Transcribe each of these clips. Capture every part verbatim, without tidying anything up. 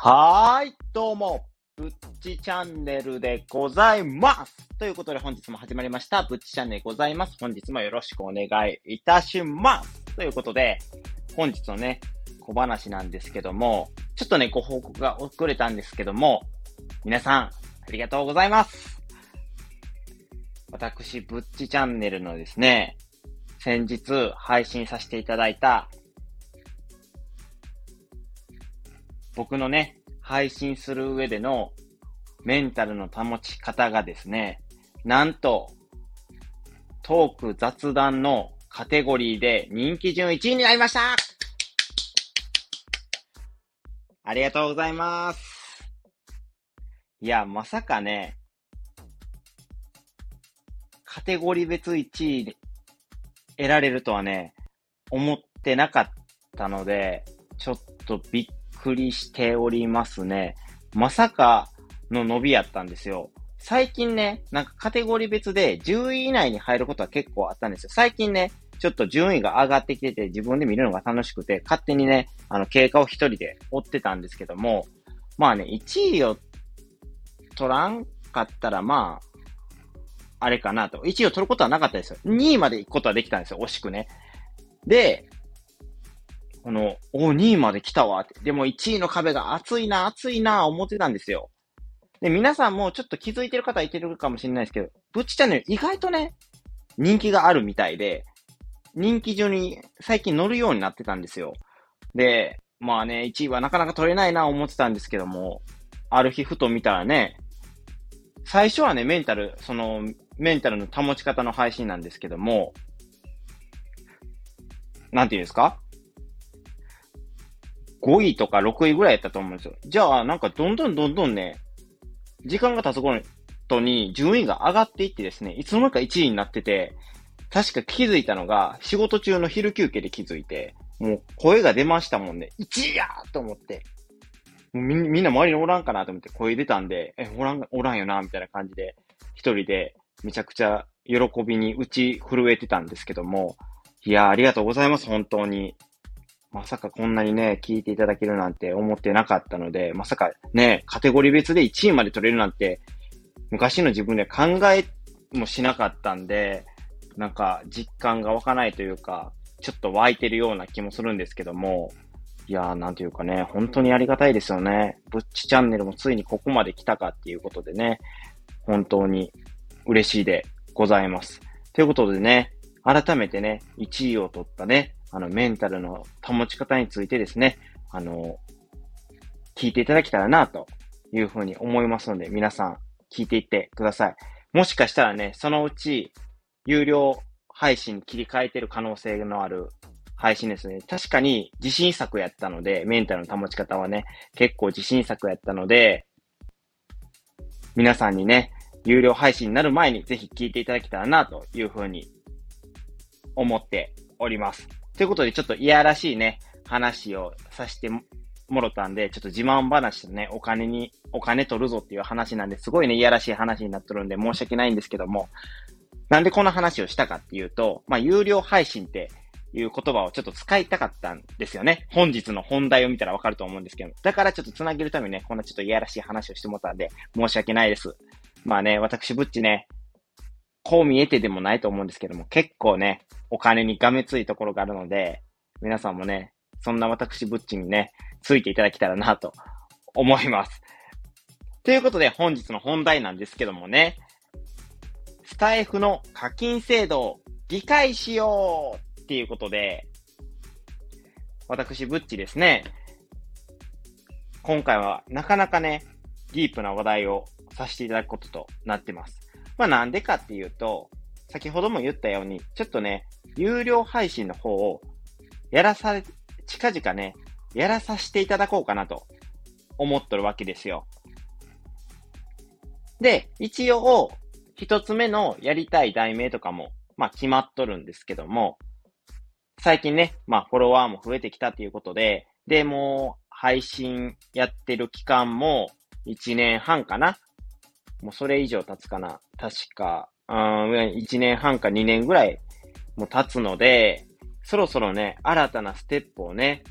はーい、どうも、ぶっちチャンネルでございます。ということで本日も始まりました、ぶっちチャンネルでございます。本日もよろしくお願いいたします。ということで、本日のね、小話なんですけども、ちょっとね、ご報告が遅れたんですけども、皆さん、ありがとうございます。私、ぶっちチャンネルのですね、先日配信させていただいた、僕のね、配信する上でのメンタルの保ち方がですね、なんと、トーク雑談のカテゴリーで人気順いちいになりました。ありがとうございます。いや、まさかね、カテゴリー別いちい得られるとはね、思ってなかったので、ちょっとびっくりしておりますね。まさかの伸びやったんですよ。最近ね、なんかカテゴリー別でじゅうい以内に入ることは結構あったんですよ。最近ね、ちょっと順位が上がってきてて自分で見るのが楽しくて、勝手にね、あの経過を一人で追ってたんですけども、まあね、いちいを取らんかったらまあ、あれかなと。いちいを取ることはなかったですよ。にいまで行くことはできたんですよ、惜しくね。で、この、お、にいまで来たわって。でもいちいの壁が熱いな、熱いな、思ってたんですよ。で、皆さんもちょっと気づいてる方いてるかもしれないですけど、ぶっちチャンネル意外とね、人気があるみたいで、人気順に最近乗るようになってたんですよ。で、まあね、いちいはなかなか取れないな、思ってたんですけども、ある日ふと見たらね、最初はね、メンタル、その、メンタルの保ち方の配信なんですけども、なんていうんですかごいとかろくいぐらいやったと思うんですよ。じゃあ、なんかどんどんどんどんね、時間が経つごとに順位が上がっていってですね、いつの間にかいちいになってて、確か気づいたのが、仕事中の昼休憩で気づいて、もう声が出ましたもんね。いちいやーと思って。もうみみんな周りにおらんかなと思って声出たんで、え、おらん、おらんよな、みたいな感じで、一人でめちゃくちゃ喜びに打ち震えてたんですけども、いやーありがとうございます、本当に。まさかこんなにね、聞いていただけるなんて思ってなかったので、まさかね、カテゴリー別でいちいまで取れるなんて、昔の自分で考えもしなかったんで、なんか実感が湧かないというか、ちょっと湧いてるような気もするんですけども、いやーなんていうかね、本当にありがたいですよね。ぶっちチャンネルもついにここまで来たかっていうことでね、本当に嬉しいでございます。ということでね、改めてね、いちいを取ったね、あの、メンタルの保ち方についてですね、あの、聞いていただけたらな、というふうに思いますので、皆さん、聞いていってください。もしかしたらね、そのうち、有料配信に切り替えてる可能性のある配信ですね。確かに自信作やったので、メンタルの保ち方はね、結構自信作やったので、皆さんにね、有料配信になる前にぜひ聞いていただけたらな、というふうに思っております。ということで、ちょっといやらしいね、話をさせてもろたんで、ちょっと自慢話とね、お金に、お金取るぞっていう話なんで、すごいね、いやらしい話になってるんで、申し訳ないんですけども、なんでこの話をしたかっていうと、まあ、有料配信っていう言葉をちょっと使いたかったんですよね。本日の本題を見たらわかると思うんですけど、だからちょっとつなげるためにね、こんなちょっといやらしい話をしてもらったんで、申し訳ないです。まあね、私ぶっちね、こう見えてでもないと思うんですけども、結構ね、お金にがめついところがあるので、皆さんもね、そんな私ぶっちにね、ついていただけたらなと思います。ということで、本日の本題なんですけどもね、スタイフの課金制度を理解しようっていうことで、私ぶっちですね、今回はなかなかね、ディープな話題をさせていただくこととなってます。まあなんでかっていうと、先ほども言ったように、ちょっとね、有料配信の方をやらされ、近々ね、やらさせていただこうかなと思っとるわけですよ。で、一応、一つ目のやりたい題名とかも、まあ決まっとるんですけども、最近ね、まあフォロワーも増えてきたということで、で、もう配信やってる期間もいちねんはんかな。もうそれ以上経つかな。確か、うん、いちねんはんかにねんぐらいも経つので、そろそろね、新たなステップをね、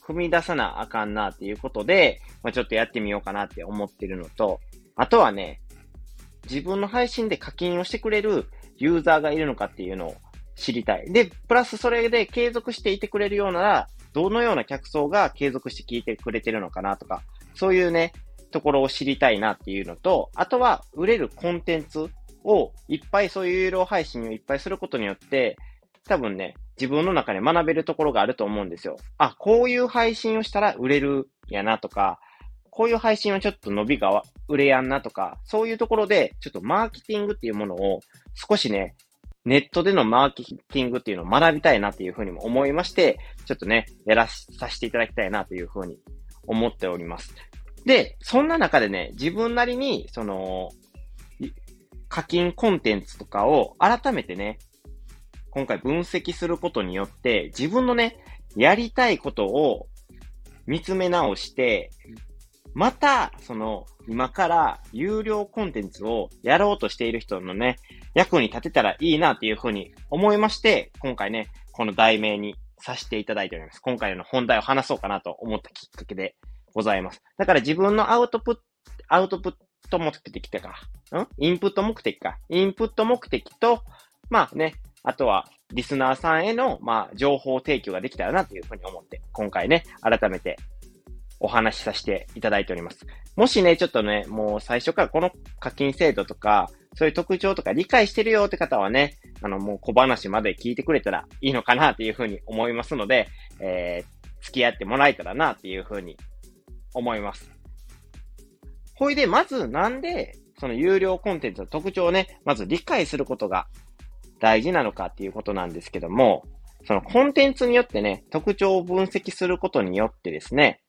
踏み出さなあかんなっていうことで、まあ、ちょっとやってみようかなって思ってるのと、あとはね、自分の配信で課金をしてくれるユーザーがいるのかっていうのを知りたい。で、プラスそれで継続していてくれるようなら、どのような客層が継続して聞いてくれてるのかなとか、そういうね、ところを知りたいなっていうのと、あとは売れるコンテンツをいっぱいそういう有料配信をいっぱいすることによって、多分ね、自分の中で学べるところがあると思うんですよ。あ、こういう配信をしたら売れるやなとか、こういう配信はちょっと伸びが売れやんなとか、そういうところでちょっとマーケティングっていうものを少しね、ネットでのマーケティングっていうのを学びたいなっていうふうにも思いまして、ちょっとね、やらさせていただきたいなというふうに思っております。で、そんな中でね、自分なりに、その、課金コンテンツとかを改めてね、今回分析することによって、自分のね、やりたいことを見つめ直して、また、その、今から有料コンテンツをやろうとしている人のね、役に立てたらいいなっていうふうに思いまして、今回ね、この題名にさせていただいております。今回の本題を話そうかなと思ったきっかけでございます。だから自分のアウトプット、アウトプット目的ってか、んインプット目的か。インプット目的と、まあね、あとは、リスナーさんへの、まあ、情報提供ができたらなというふうに思って、今回ね、改めてお話しさせていただいております。もしね、ちょっとね、もう最初からこの課金制度とか、そういう特徴とか理解してるよって方はね、あの、もう小話まで聞いてくれたらいいのかなというふうに思いますので、えー、付き合ってもらえたらなっていうふうに思います。ほいで、まずなんで、その有料コンテンツの特徴をね、まず理解することが大事なのかっていうことなんですけども、そのコンテンツによってね、特徴を分析することによってですね、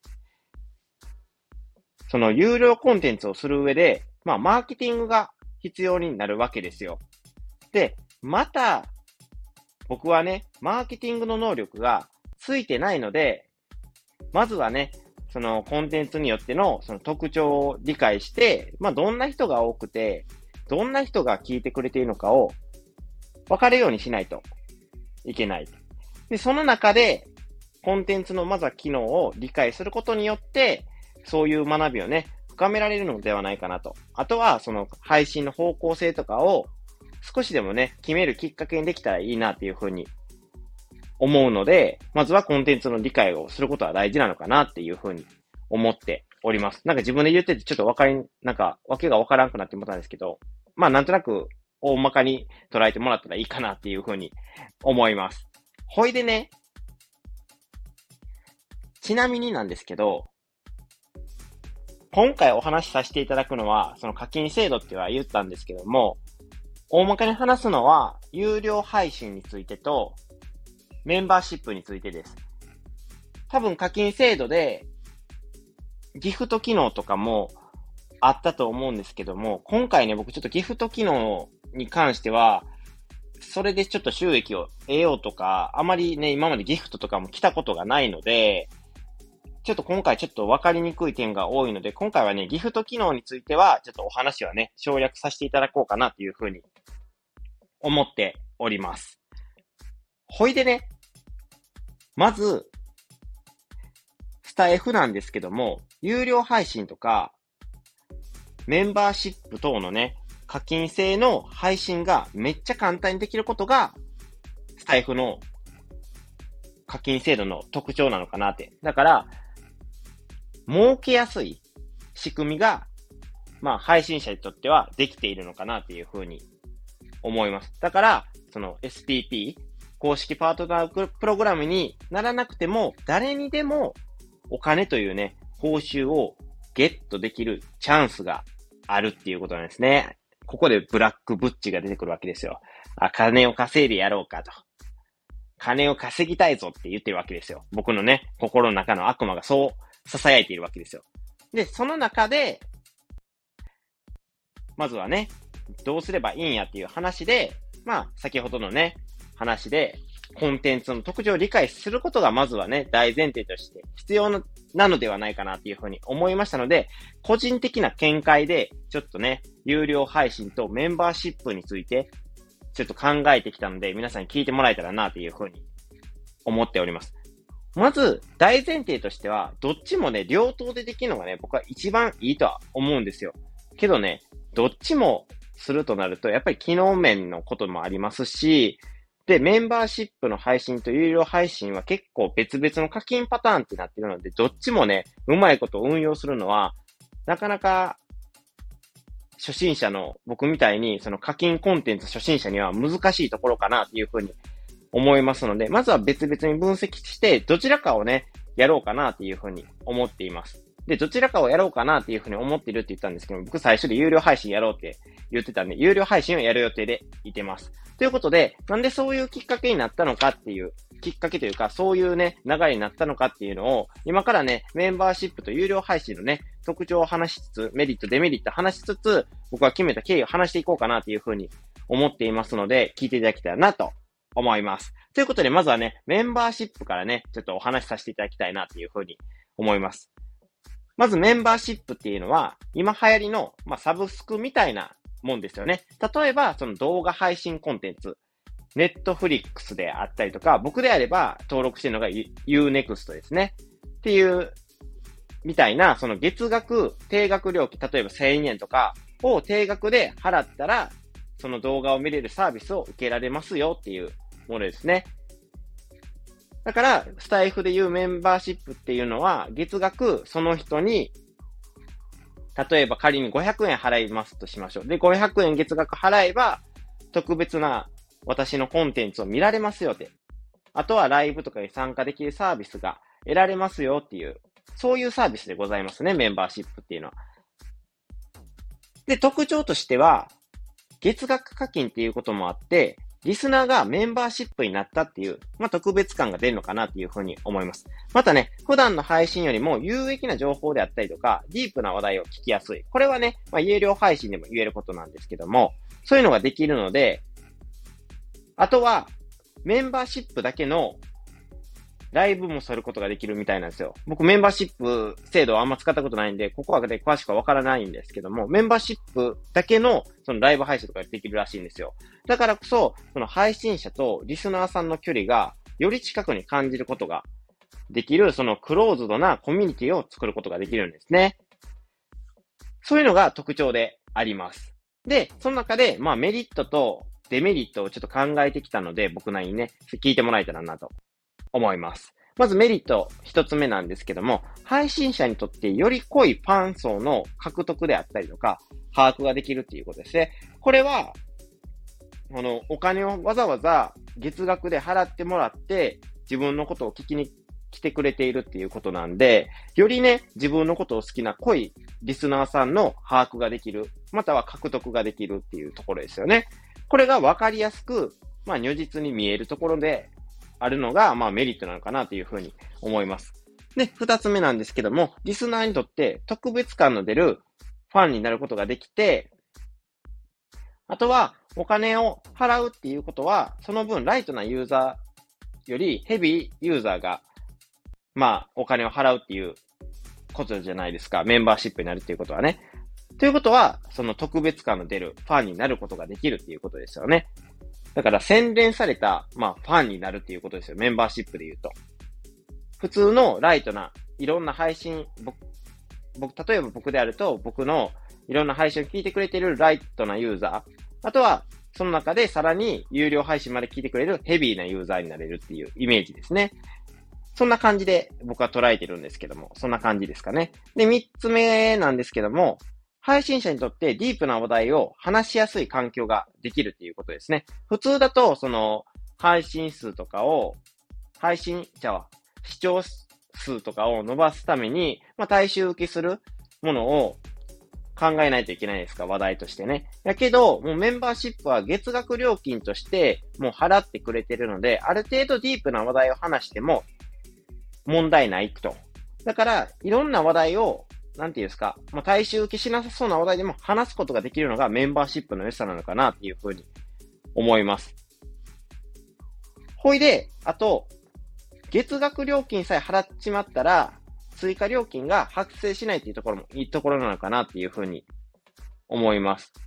その有料コンテンツをする上で、まあ、マーケティングが必要になるわけですよ。で、また、僕はね、マーケティングの能力がついてないので、まずはね、そのコンテンツによってのその特徴を理解して、まあ、どんな人が多くて、どんな人が聞いてくれているのかを分かるようにしないといけない。で、その中で、コンテンツのまずは機能を理解することによって、そういう学びをね、深められるのではないかなと。あとは、その配信の方向性とかを少しでもね、決めるきっかけにできたらいいなっていうふうに思うので、まずはコンテンツの理解をすることは大事なのかなっていうふうに思っております。なんか自分で言っててちょっとわかり、なんかわけがわからんくなって思ったんですけど、まあなんとなく大まかに捉えてもらったらいいかなっていうふうに思います。ほいでね、ちなみになんですけど、今回お話しさせていただくのは、その課金制度っては言ったんですけども、大まかに話すのは、有料配信についてと、メンバーシップについてです。多分課金制度で、ギフト機能とかもあったと思うんですけども、今回ね、僕ちょっとギフト機能に関しては、それでちょっと収益を得ようとか、あまりね、今までギフトとかも来たことがないので、ちょっと今回ちょっと分かりにくい点が多いので、今回はね、ギフト機能については、ちょっとお話はね、省略させていただこうかなというふうに思っております。ほいでね、まず、スタイフなんですけども、有料配信とか、メンバーシップ等のね、課金制の配信がめっちゃ簡単にできることが、スタイフの課金制度の特徴なのかなって。だから、儲けやすい仕組みが、まあ、配信者にとってはできているのかなっていうふうに思います。だから、その エスピーピー、公式パートナープログラムにならなくても、誰にでもお金というね、報酬をゲットできるチャンスがあるっていうことなんですね。ここでブラックブッチが出てくるわけですよ。あ、金を稼いでやろうかと。金を稼ぎたいぞって言ってるわけですよ。僕のね、心の中の悪魔がそう囁いているわけですよ。で、その中で、まずはね、どうすればいいんやっていう話で、まあ、先ほどのね、話で、コンテンツの特徴を理解することがまずはね、大前提として必要なのではないかなっていうふうに思いましたので、個人的な見解で、ちょっとね、有料配信とメンバーシップについて、ちょっと考えてきたので、皆さんに聞いてもらえたらなというふうに思っております。 まず、大前提としては、どっちもね、両党でできるのがね、僕は一番いいとは思うんですよ。けどね、どっちもするとなると、やっぱり機能面のこともありますし、で、メンバーシップの配信と有料配信は結構別々の課金パターンってなってるので、どっちもね、うまいこと運用するのは、なかなか初心者の僕みたいに、その課金コンテンツ初心者には難しいところかなっていうふうに思いますので、まずは別々に分析して、どちらかをね、やろうかなっていうふうに思っています。で、どちらかをやろうかなっていうふうに思ってるって言ったんですけど、僕最初で有料配信やろうって言ってたんで、有料配信をやる予定でいてます。ということで、なんでそういうきっかけになったのかっていう、きっかけというか、そういうね、流れになったのかっていうのを、今からね、メンバーシップと有料配信のね、特徴を話しつつ、メリット、デメリット話しつつ、僕は決めた経緯を話していこうかなっていうふうに思っていますので、聞いていただきたいなと思います。ということで、まずはね、メンバーシップからね、ちょっとお話しさせていただきたいなっていうふうに思います。まずメンバーシップっていうのは、今流行りの、まあ、サブスクみたいなもんですよね。例えば、その動画配信コンテンツ、ネットフリックスであったりとか、僕であれば登録してるのが ユーネクスト ですね。っていう、みたいな、その月額、定額料金、例えばせんえんとかを定額で払ったら、その動画を見れるサービスを受けられますよっていうものですね。だから、スタイフでいうメンバーシップっていうのは、月額その人に、例えば仮にごひゃくえん払いますとしましょう。で、ごひゃくえん月額払えば、特別な私のコンテンツを見られますよって。あとはライブとかに参加できるサービスが得られますよっていう、そういうサービスでございますね、メンバーシップっていうのは。で、特徴としては、月額課金っていうこともあって、リスナーがメンバーシップになったっていう、まあ、特別感が出るのかなっていうふうに思います。またね、普段の配信よりも有益な情報であったりとか、ディープな話題を聞きやすい。これはね、まあ、有料配信でも言えることなんですけども、そういうのができるので、あとは、メンバーシップだけのライブもすることができるみたいなんですよ。僕メンバーシップ制度はあんま使ったことないんで、ここはね、詳しくはわからないんですけども、メンバーシップだけのそのライブ配信とかできるらしいんですよ。だからこそ、その配信者とリスナーさんの距離がより近くに感じることができる、そのクローズドなコミュニティを作ることができるんですね。そういうのが特徴であります。で、その中で、まあメリットとデメリットをちょっと考えてきたので、僕なりにね、聞いてもらえたらなと思います。まずメリット一つ目なんですけども、配信者にとってより濃いファン層の獲得であったりとか、把握ができるっていうことですね。これは、あの、お金をわざわざ月額で払ってもらって、自分のことを聞きに来てくれているっていうことなんで、よりね、自分のことを好きな濃いリスナーさんの把握ができる、または獲得ができるっていうところですよね。これがわかりやすく、まあ、如実に見えるところで、あるのが、まあメリットなのかなというふうに思います。で、二つ目なんですけども、リスナーにとって特別感の出るファンになることができて、あとはお金を払うっていうことは、その分ライトなユーザーよりヘビーユーザーが、まあお金を払うっていうことじゃないですか。メンバーシップになるっていうことはね。ということは、その特別感の出るファンになることができるっていうことですよね。だから洗練された、まあ、ファンになるっていうことですよ。メンバーシップで言うと。普通のライトな、いろんな配信、僕、僕、例えば僕であると、僕のいろんな配信を聞いてくれているライトなユーザー、あとは、その中でさらに有料配信まで聞いてくれるヘビーなユーザーになれるっていうイメージですね。そんな感じで僕は捉えてるんですけども、そんな感じですかね。で、三つ目なんですけども、配信者にとってディープな話題を話しやすい環境ができるっていうことですね。普通だと、その、配信数とかを、配信者は視聴数とかを伸ばすために、まあ、大衆受けするものを考えないといけないですか、話題としてね。やけど、もうメンバーシップは月額料金としてもう払ってくれてるので、ある程度ディープな話題を話しても問題ないと。だから、いろんな話題をなんていうんですか、まあ、大衆受けしなさそうな話題でも話すことができるのがメンバーシップの良さなのかなっていうふうに思います。ほいで、あと、月額料金さえ払っちまったら、追加料金が発生しないっていうところもいいところなのかなっていうふうに思います。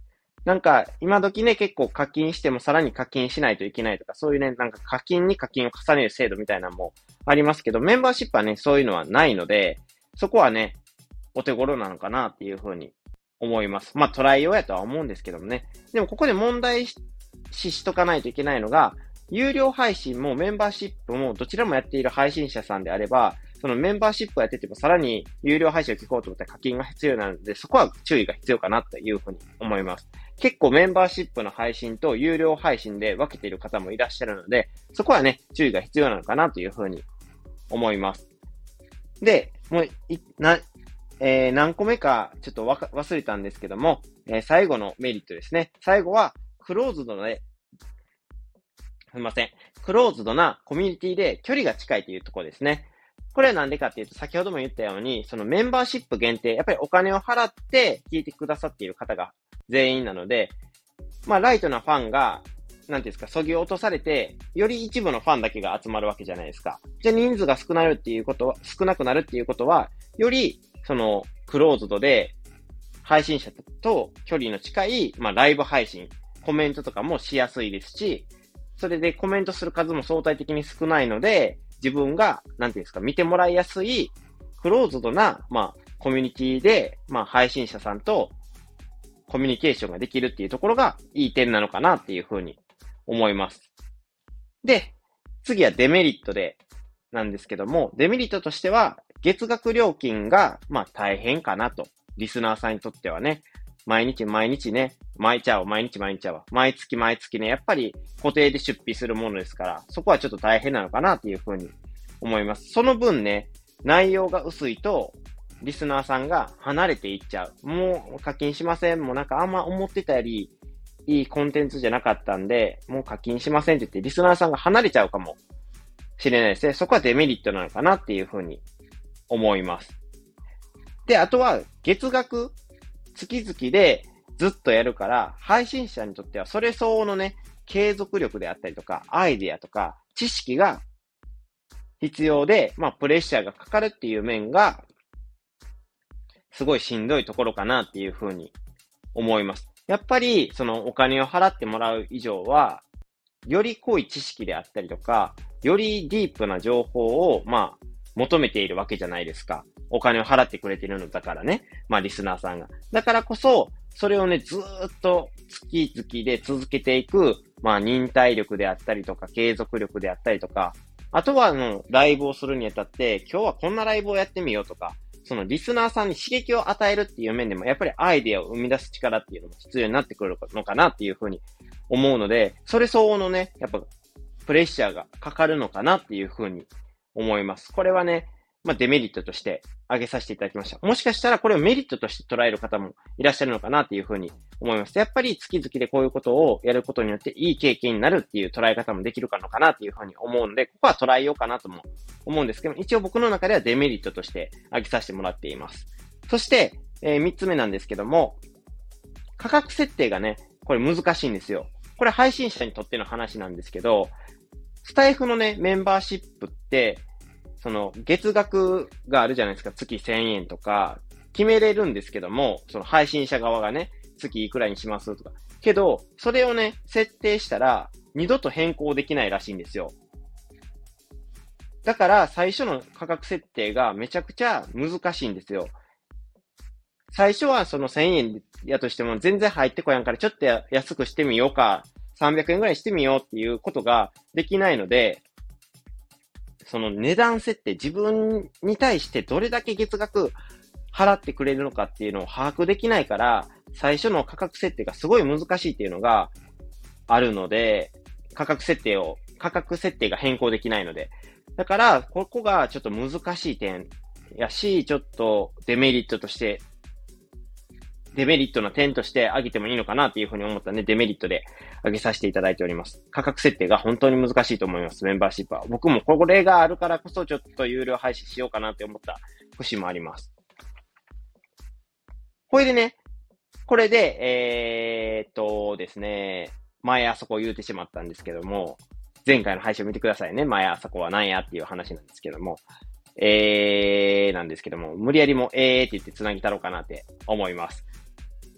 なんか、今時ね、結構課金してもさらに課金しないといけないとか、そういうね、なんか課金に課金を重ねる制度みたいなのもありますけど、メンバーシップはね、そういうのはないので、そこはね、お手頃なのかなっていうふうに思います。まあ、トライ用やとは思うんですけどもね。でも、ここで問題視しとかないといけないのが、有料配信もメンバーシップもどちらもやっている配信者さんであれば、そのメンバーシップをやっててもさらに有料配信を聞こうと思ったら課金が必要なので、そこは注意が必要かなというふうに思います。結構メンバーシップの配信と有料配信で分けている方もいらっしゃるので、そこはね、注意が必要なのかなというふうに思います。で、もう、い、な、えー、何個目かちょっとわか忘れたんですけども、えー、最後のメリットですね。最後は、クローズドで、すみません。クローズドなコミュニティで距離が近いというところですね。これはなんでかっていうと、先ほども言ったように、そのメンバーシップ限定、やっぱりお金を払って聞いてくださっている方が全員なので、まあ、ライトなファンが、なんていうんですか、そぎ落とされて、より一部のファンだけが集まるわけじゃないですか。じゃあ人数が少なるっていうことは、少なくなるっていうことは、より、その、クローズドで、配信者と距離の近い、まあ、ライブ配信、コメントとかもしやすいですし、それでコメントする数も相対的に少ないので、自分が、なんていうんですか、見てもらいやすい、クローズドな、まあ、コミュニティで、まあ、配信者さんとコミュニケーションができるっていうところがいい点なのかなっていうふうに思います。で、次はデメリットで、なんですけども、デメリットとしては、月額料金が、まあ、大変かなと。リスナーさんにとってはね。毎日毎日ね、毎日は毎日毎日は、毎月毎月ね、やっぱり固定で出費するものですから、そこはちょっと大変なのかなっていうふうに思います。その分ね、内容が薄いと、リスナーさんが離れていっちゃう。もう課金しません。もうなんかあんま思ってたよりいいコンテンツじゃなかったんで、もう課金しませんって言って、リスナーさんが離れちゃうかもしれないですね。そこはデメリットなのかなっていうふうに思います。で、あとは月額月々でずっとやるから、配信者にとってはそれ相応のね、継続力であったりとか、アイデアとか、知識が必要で、まあ、プレッシャーがかかるっていう面が、すごいしんどいところかなっていうふうに思います。やっぱり、そのお金を払ってもらう以上は、より濃い知識であったりとか、よりディープな情報を、まあ、求めているわけじゃないですか。お金を払ってくれてるのだからね。まあ、リスナーさんが。だからこそ、それをね、ずーっと月々で続けていく、まあ、忍耐力であったりとか、継続力であったりとか、あとは、あの、ライブをするにあたって、今日はこんなライブをやってみようとか、そのリスナーさんに刺激を与えるっていう面でも、やっぱりアイデアを生み出す力っていうのも必要になってくるのかなっていうふうに思うので、それ相応のね、やっぱ、プレッシャーがかかるのかなっていうふうに思います。これはね、まあ、デメリットとして挙げさせていただきました。もしかしたらこれをメリットとして捉える方もいらっしゃるのかなっていうふうに思います。やっぱり月々でこういうことをやることによっていい経験になるっていう捉え方もできるかのかなっていうふうに思うので、ここは捉えようかなとも思うんですけど、一応僕の中ではデメリットとして挙げさせてもらっています。そして、えー、三つ目なんですけども、価格設定がね、これ難しいんですよ。これ配信者にとっての話なんですけど、スタイフのね、メンバーシップって、その、月額があるじゃないですか。月せんえんとか、決めれるんですけども、その配信者側がね、月いくらにしますとか。けど、それをね、設定したら、二度と変更できないらしいんですよ。だから、最初の価格設定がめちゃくちゃ難しいんですよ。最初はそのせんえんやとしても全然入ってこやんから、ちょっと安くしてみようか、さんびゃくえんぐらいしてみようっていうことができないので、その値段設定、自分に対してどれだけ月額払ってくれるのかっていうのを把握できないから、最初の価格設定がすごい難しいっていうのがあるので、価格設定を、価格設定が変更できないので。だから、ここがちょっと難しい点やし、ちょっとデメリットとして、デメリットの点として挙げてもいいのかなっていうふうに思ったんで、デメリットで挙げさせていただいております。価格設定が本当に難しいと思います、メンバーシップは。僕もこれがあるからこそちょっと有料配信しようかなって思った節もあります。これでね、これで、えー、っとですね、前あそこを言うてしまったんですけども、前回の配信を見てくださいね。前あそこは何やっていう話なんですけども、えーなんですけども、無理やりもえーって言って繋ぎたろうかなって思います。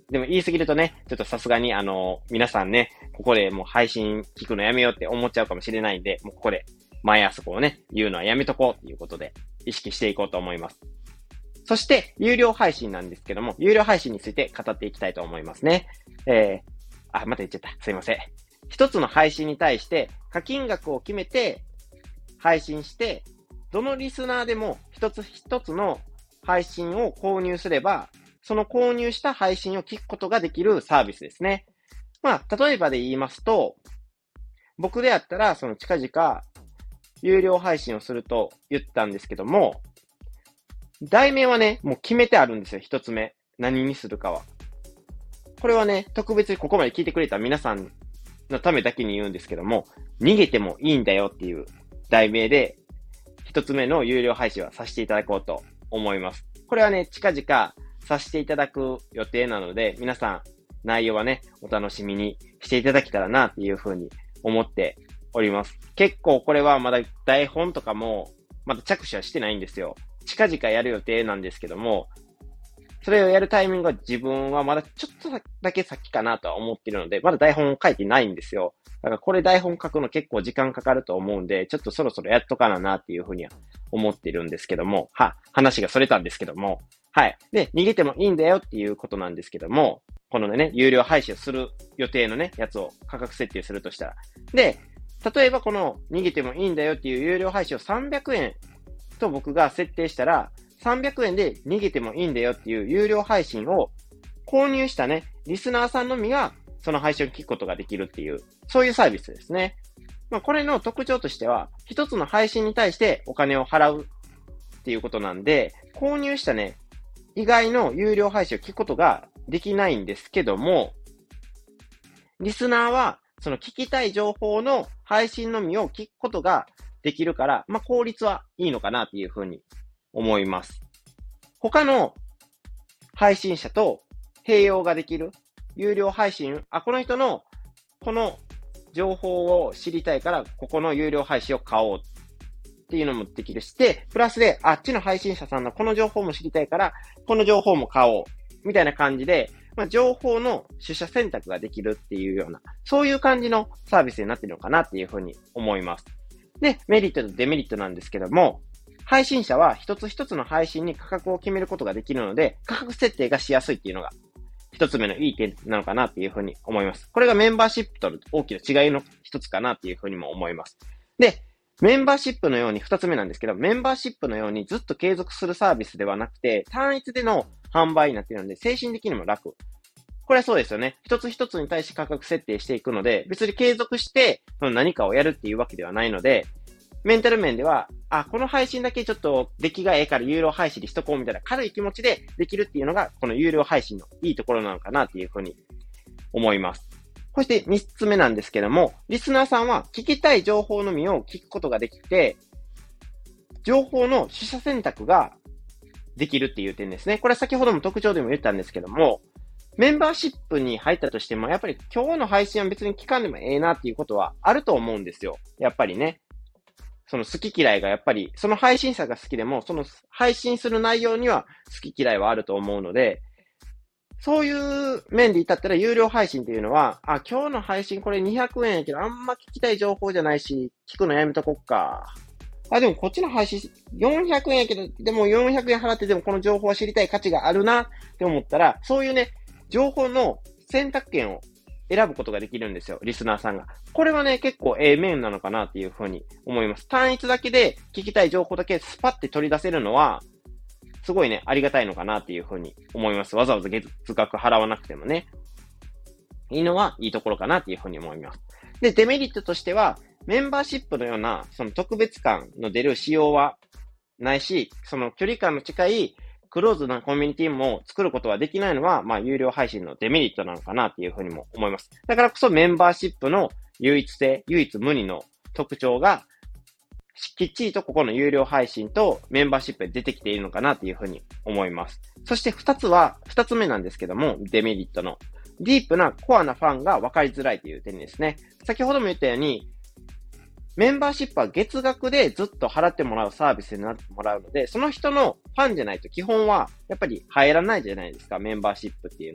でも言い過ぎるとね、ちょっとさすがにあの、皆さんね、ここでもう配信聞くのやめようって思っちゃうかもしれないんで、もうここで毎朝こうね、言うのはやめとこうっていうことで意識していこうと思います。そして、有料配信なんですけども、有料配信について語っていきたいと思いますね。えー、あ、また言っちゃった。すいません。一つの配信に対して課金額を決めて配信して、どのリスナーでも一つ一つの配信を購入すれば、その購入した配信を聞くことができるサービスですね。まあ、例えばで言いますと、僕であったら、その近々、有料配信をすると言ったんですけども、題名はね、もう決めてあるんですよ、一つ目。何にするかは。これはね、特別にここまで聞いてくれた皆さんのためだけに言うんですけども、逃げてもいいんだよっていう題名で、一つ目の有料配信はさせていただこうと思います。これはね、近々させていただく予定なので、皆さん内容はね、お楽しみにしていただけたらなっていうふうに思っております。結構これはまだ台本とかもまだ着手はしてないんですよ。近々やる予定なんですけども、それをやるタイミングは自分はまだちょっとだけ先かなとは思っているので、まだ台本を書いてないんですよ。だからこれ台本書くの結構時間かかると思うんで、ちょっとそろそろやっとかななっていうふうには思ってるんですけども、は、話がそれたんですけども、はい。で、逃げてもいいんだよっていうことなんですけども、このね、有料配信をする予定のね、やつを価格設定するとしたら。で、例えばこの逃げてもいいんだよっていう有料配信をさんびゃくえんと僕が設定したら、さんびゃくえんで逃げてもいいんだよっていう有料配信を購入したね、リスナーさんのみがその配信を聞くことができるっていう、そういうサービスですね。まあ、これの特徴としては、一つの配信に対してお金を払うっていうことなんで、購入したね、以外の有料配信を聞くことができないんですけども、リスナーはその聞きたい情報の配信のみを聞くことができるから、まあ、効率はいいのかなっていうふうに思います。他の配信者と併用ができる有料配信、あ、この人のこの情報を知りたいから、ここの有料配信を買おうっていうのもできるして、プラスであっちの配信者さんのこの情報も知りたいから、この情報も買おうみたいな感じで、まあ、情報の取捨選択ができるっていうような、そういう感じのサービスになっているのかなっていうふうに思います。で、メリットとデメリットなんですけども、配信者は一つ一つの配信に価格を決めることができるので、価格設定がしやすいっていうのが一つ目のいい点なのかなっていうふうに思います。これがメンバーシップとの大きな違いの一つかなっていうふうにも思います。で、メンバーシップのように二つ目なんですけど、メンバーシップのようにずっと継続するサービスではなくて、単一での販売になっているので、精神的にも楽。これはそうですよね。一つ一つに対して価格設定していくので、別に継続してその何かをやるっていうわけではないので、メンタル面では、あ、この配信だけちょっと出来がええから有料配信にしとこうみたいな軽い気持ちでできるっていうのが、この有料配信のいいところなのかなっていうふうに思います。そして三つ目なんですけども、リスナーさんは聞きたい情報のみを聞くことができて、情報の取捨選択ができるっていう点ですね。これは先ほども特徴でも言ったんですけども、メンバーシップに入ったとしても、やっぱり今日の配信は別に聞かんでもええなっていうことはあると思うんですよ。やっぱりね。その好き嫌いがやっぱり、その配信者が好きでも、その配信する内容には好き嫌いはあると思うので、そういう面で言ったら有料配信っていうのは、あ、今日の配信これにひゃくえんやけど、あんま聞きたい情報じゃないし、聞くのやめとこっか。あ、でもこっちの配信よんひゃくえんやけど、でもよんひゃくえん払ってでもこの情報を知りたい価値があるなって思ったら、そういうね、情報の選択権を選ぶことができるんですよ、リスナーさんが。これはね、結構ええ面なのかなっていうふうに思います。単一だけで聞きたい情報だけスパッて取り出せるのは、すごいね、ありがたいのかなっていうふうに思います。わざわざ月額払わなくてもね。いいのはいいところかなっていうふうに思います。で、デメリットとしては、メンバーシップのような、その特別感の出る仕様はないし、その距離感の近いクローズなコミュニティも作ることができないのは、まあ、有料配信のデメリットなのかなっていうふうにも思います。だからこそメンバーシップの唯一性、唯一無二の特徴が、きっちりとここの有料配信とメンバーシップで出てきているのかなっていうふうに思います。そして二つは、二つ目なんですけども、デメリットの。ディープなコアなファンが分かりづらいという点ですね。先ほども言ったように、メンバーシップは月額でずっと払ってもらうサービスになってもらうので、その人のファンじゃないと基本はやっぱり入らないじゃないですか、メンバーシップっていうのは。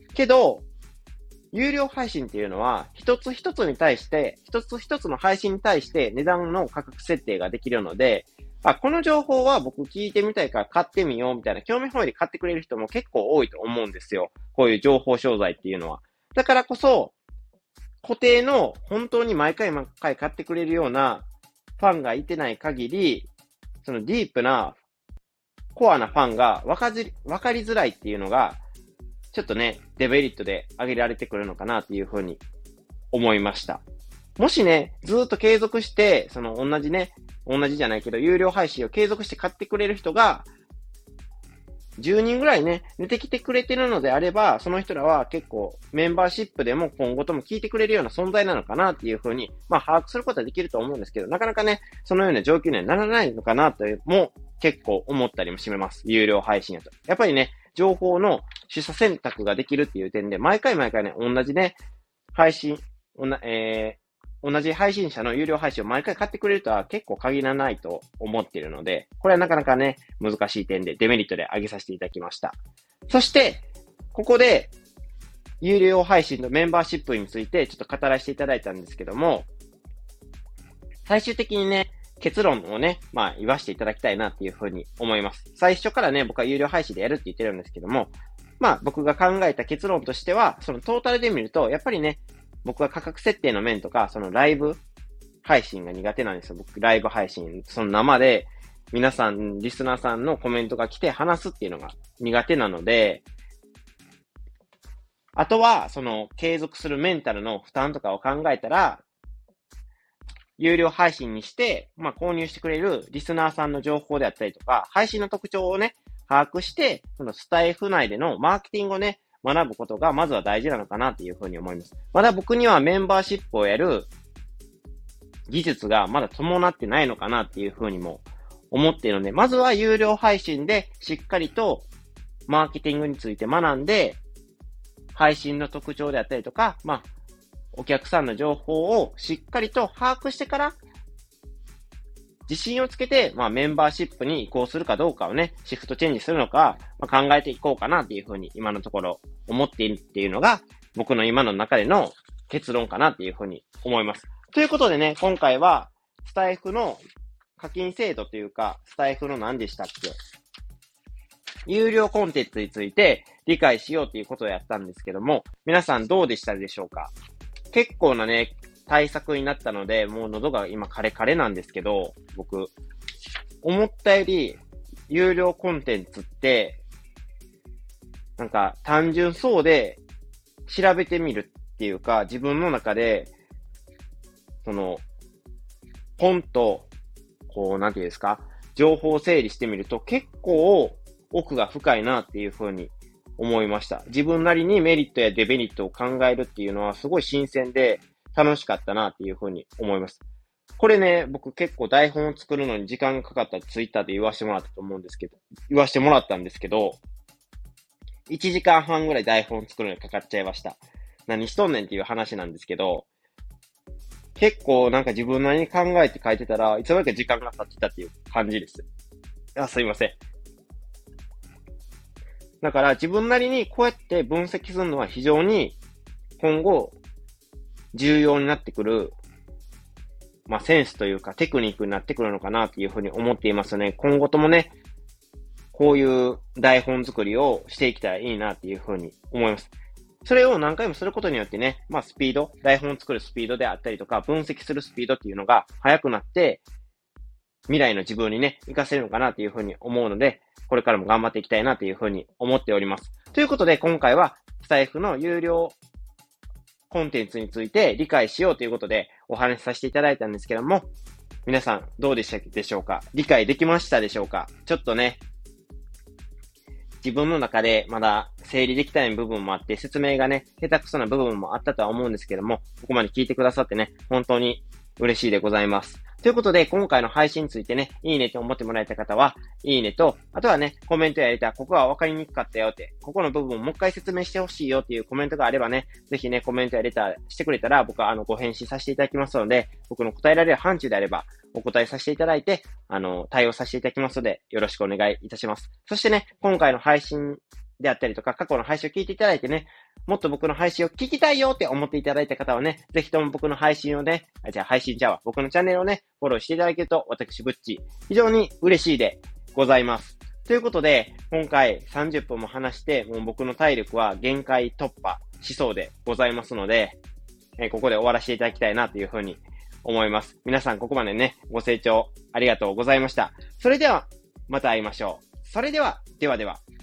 けど、有料配信っていうのは、一つ一つに対して、一つ一つの配信に対して値段の価格設定ができるので、あ、この情報は僕聞いてみたいから買ってみようみたいな興味本位で買ってくれる人も結構多いと思うんですよ。こういう情報商材っていうのは。だからこそ、固定の本当に毎回毎回買ってくれるようなファンがいてない限り、そのディープなコアなファンが分かり、分かりづらいっていうのが、ちょっとね、デメリットで挙げられてくるのかなっていうふうに思いました。もしね、ずーっと継続して、その同じね、同じじゃないけど、有料配信を継続して買ってくれる人が、じゅうにんぐらいね、出てきてくれてるのであれば、その人らは結構メンバーシップでも今後とも聞いてくれるような存在なのかなっていうふうに、まあ把握することはできると思うんですけど、なかなかね、そのような状況にはならないのかなという、も結構思ったりもします。有料配信やと。やっぱりね、情報の取捨選択ができるっていう点で、毎回毎回ね、同じね、配信、おなえー、同じ配信者の有料配信を毎回買ってくれるとは結構限らないと思っているので、これはなかなかね、難しい点でデメリットで挙げさせていただきました。そして、ここで、有料配信のメンバーシップについてちょっと語らせていただいたんですけども、最終的にね、結論をね、まあ言わせていただきたいなっていうふうに思います。最初からね、僕は有料配信でやるって言ってるんですけども、まあ僕が考えた結論としては、そのトータルで見ると、やっぱりね、僕は価格設定の面とか、そのライブ配信が苦手なんですよ。僕、ライブ配信、その生で皆さん、リスナーさんのコメントが来て話すっていうのが苦手なので、あとは、その継続するメンタルの負担とかを考えたら、有料配信にして、まあ、購入してくれるリスナーさんの情報であったりとか、配信の特徴をね、把握して、そのスタイフ内でのマーケティングをね、学ぶことがまずは大事なのかなっていうふうに思います。まだ僕にはメンバーシップをやる技術がまだ伴ってないのかなっていうふうにも思っているので、まずは有料配信でしっかりとマーケティングについて学んで、配信の特徴であったりとか、まあ、お客さんの情報をしっかりと把握してから、自信をつけて、まあメンバーシップに移行するかどうかをね、シフトチェンジするのか、まあ、考えていこうかなっていうふうに今のところ思っているっていうのが、僕の今の中での結論かなっていうふうに思います。ということでね、今回は、スタイフの課金制度というか、スタイフの何でしたっけ？有料コンテンツについて理解しようということをやったんですけども、皆さんどうでしたでしょうか？結構なね、対策になったので、もう喉が今カレカレなんですけど、僕、思ったより、有料コンテンツって、なんか単純そうで調べてみるっていうか、自分の中で、その、ポンと、こう、なんていうんですか、情報を整理してみると結構奥が深いなっていうふうに思いました。自分なりにメリットやデメリットを考えるっていうのはすごい新鮮で楽しかったなっていうふうに思います。これね、僕結構台本を作るのに時間がかかったツイッターで言わせてもらったと思うんですけど、言わせてもらったんですけど、いちじかんはんぐらい台本作るのにかかっちゃいました。何しとんねんっていう話なんですけど、結構なんか自分なりに考えて書いてたらいつの間にか時間が経ってたっていう感じです。あ、すいません。だから自分なりにこうやって分析するのは非常に今後重要になってくる、まあセンスというかテクニックになってくるのかなっていうふうに思っていますね。今後ともね、こういう台本作りをしていきたらいいなっていうふうに思います。それを何回もすることによってね、まあスピード、台本を作るスピードであったりとか、分析するスピードっていうのが速くなって、未来の自分にね、活かせるのかなっていうふうに思うので、これからも頑張っていきたいなというふうに思っております。ということで、今回はスタイフの有料コンテンツについて理解しようということでお話しさせていただいたんですけども、皆さんどうでしたでしょうか？理解できましたでしょうか？ちょっとね、自分の中でまだ整理できてない部分もあって、説明がね、下手くそな部分もあったとは思うんですけども、ここまで聞いてくださってね、本当に嬉しいでございます。ということで、今回の配信についてね、いいねと思ってもらえた方は、いいねと、あとはね、コメントやれた、ここは分かりにくかったよって、ここの部分をもう一回説明してほしいよっていうコメントがあればね、ぜひね、コメントやレターしてくれたら、僕はあの、ご返信させていただきますので、僕の答えられる範疇であれば、お答えさせていただいて、あの、対応させていただきますので、よろしくお願いいたします。そしてね、今回の配信であったりとか、過去の配信を聞いていただいてね、もっと僕の配信を聞きたいよって思っていただいた方はね、ぜひとも僕の配信をね、あ、じゃあ配信じゃあ僕のチャンネルをね、フォローしていただけると、私、ぶっち、非常に嬉しいでございます。ということで、今回さんじゅっぷんも話して、もう僕の体力は限界突破しそうでございますので、えー、ここで終わらせていただきたいなというふうに思います。皆さんここまでね、ご清聴ありがとうございました。それでは、また会いましょう。それでは、ではでは。